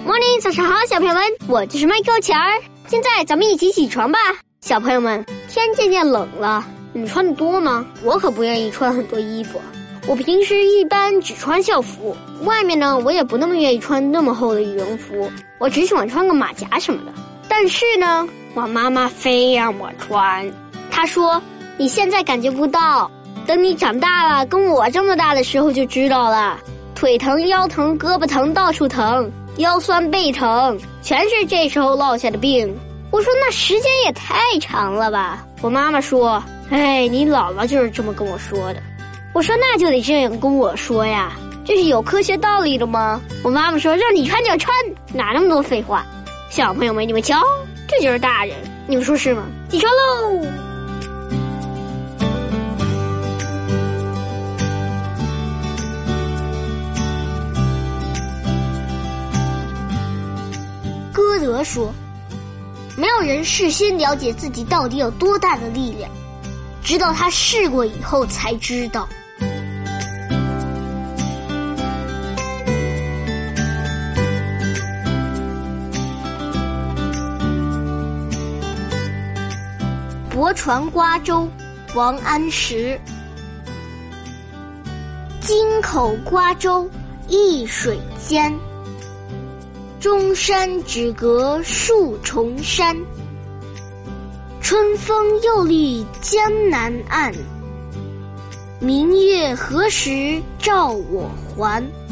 Morning， 早上好，小朋友们，我就是麦克钱儿。现在咱们一起起床吧，小朋友们，天渐渐冷了，你们穿的多吗？我可不愿意穿很多衣服，我平时一般只穿校服，外面呢我也不那么愿意穿那么厚的羽绒服，我只喜欢穿个马甲什么的。但是呢，我妈妈非让我穿，她说你现在感觉不到，等你长大了，跟我这么大的时候就知道了，腿疼、腰疼、胳膊疼，到处疼，腰酸背疼，全是这时候落下的病。我说那时间也太长了吧。我妈妈说，哎，你姥姥就是这么跟我说的。我说那就得这样跟我说呀，这是有科学道理的吗？我妈妈说让你穿就穿，哪那么多废话。小朋友们，你们瞧，这就是大人，你们说是吗？起床喽！歌德说，没有人事先了解自己到底有多大的力量，直到他试过以后才知道。泊船瓜洲，王安石。京口瓜洲一水间，中山只隔数重山。春风又绿江南岸，明月何时照我还？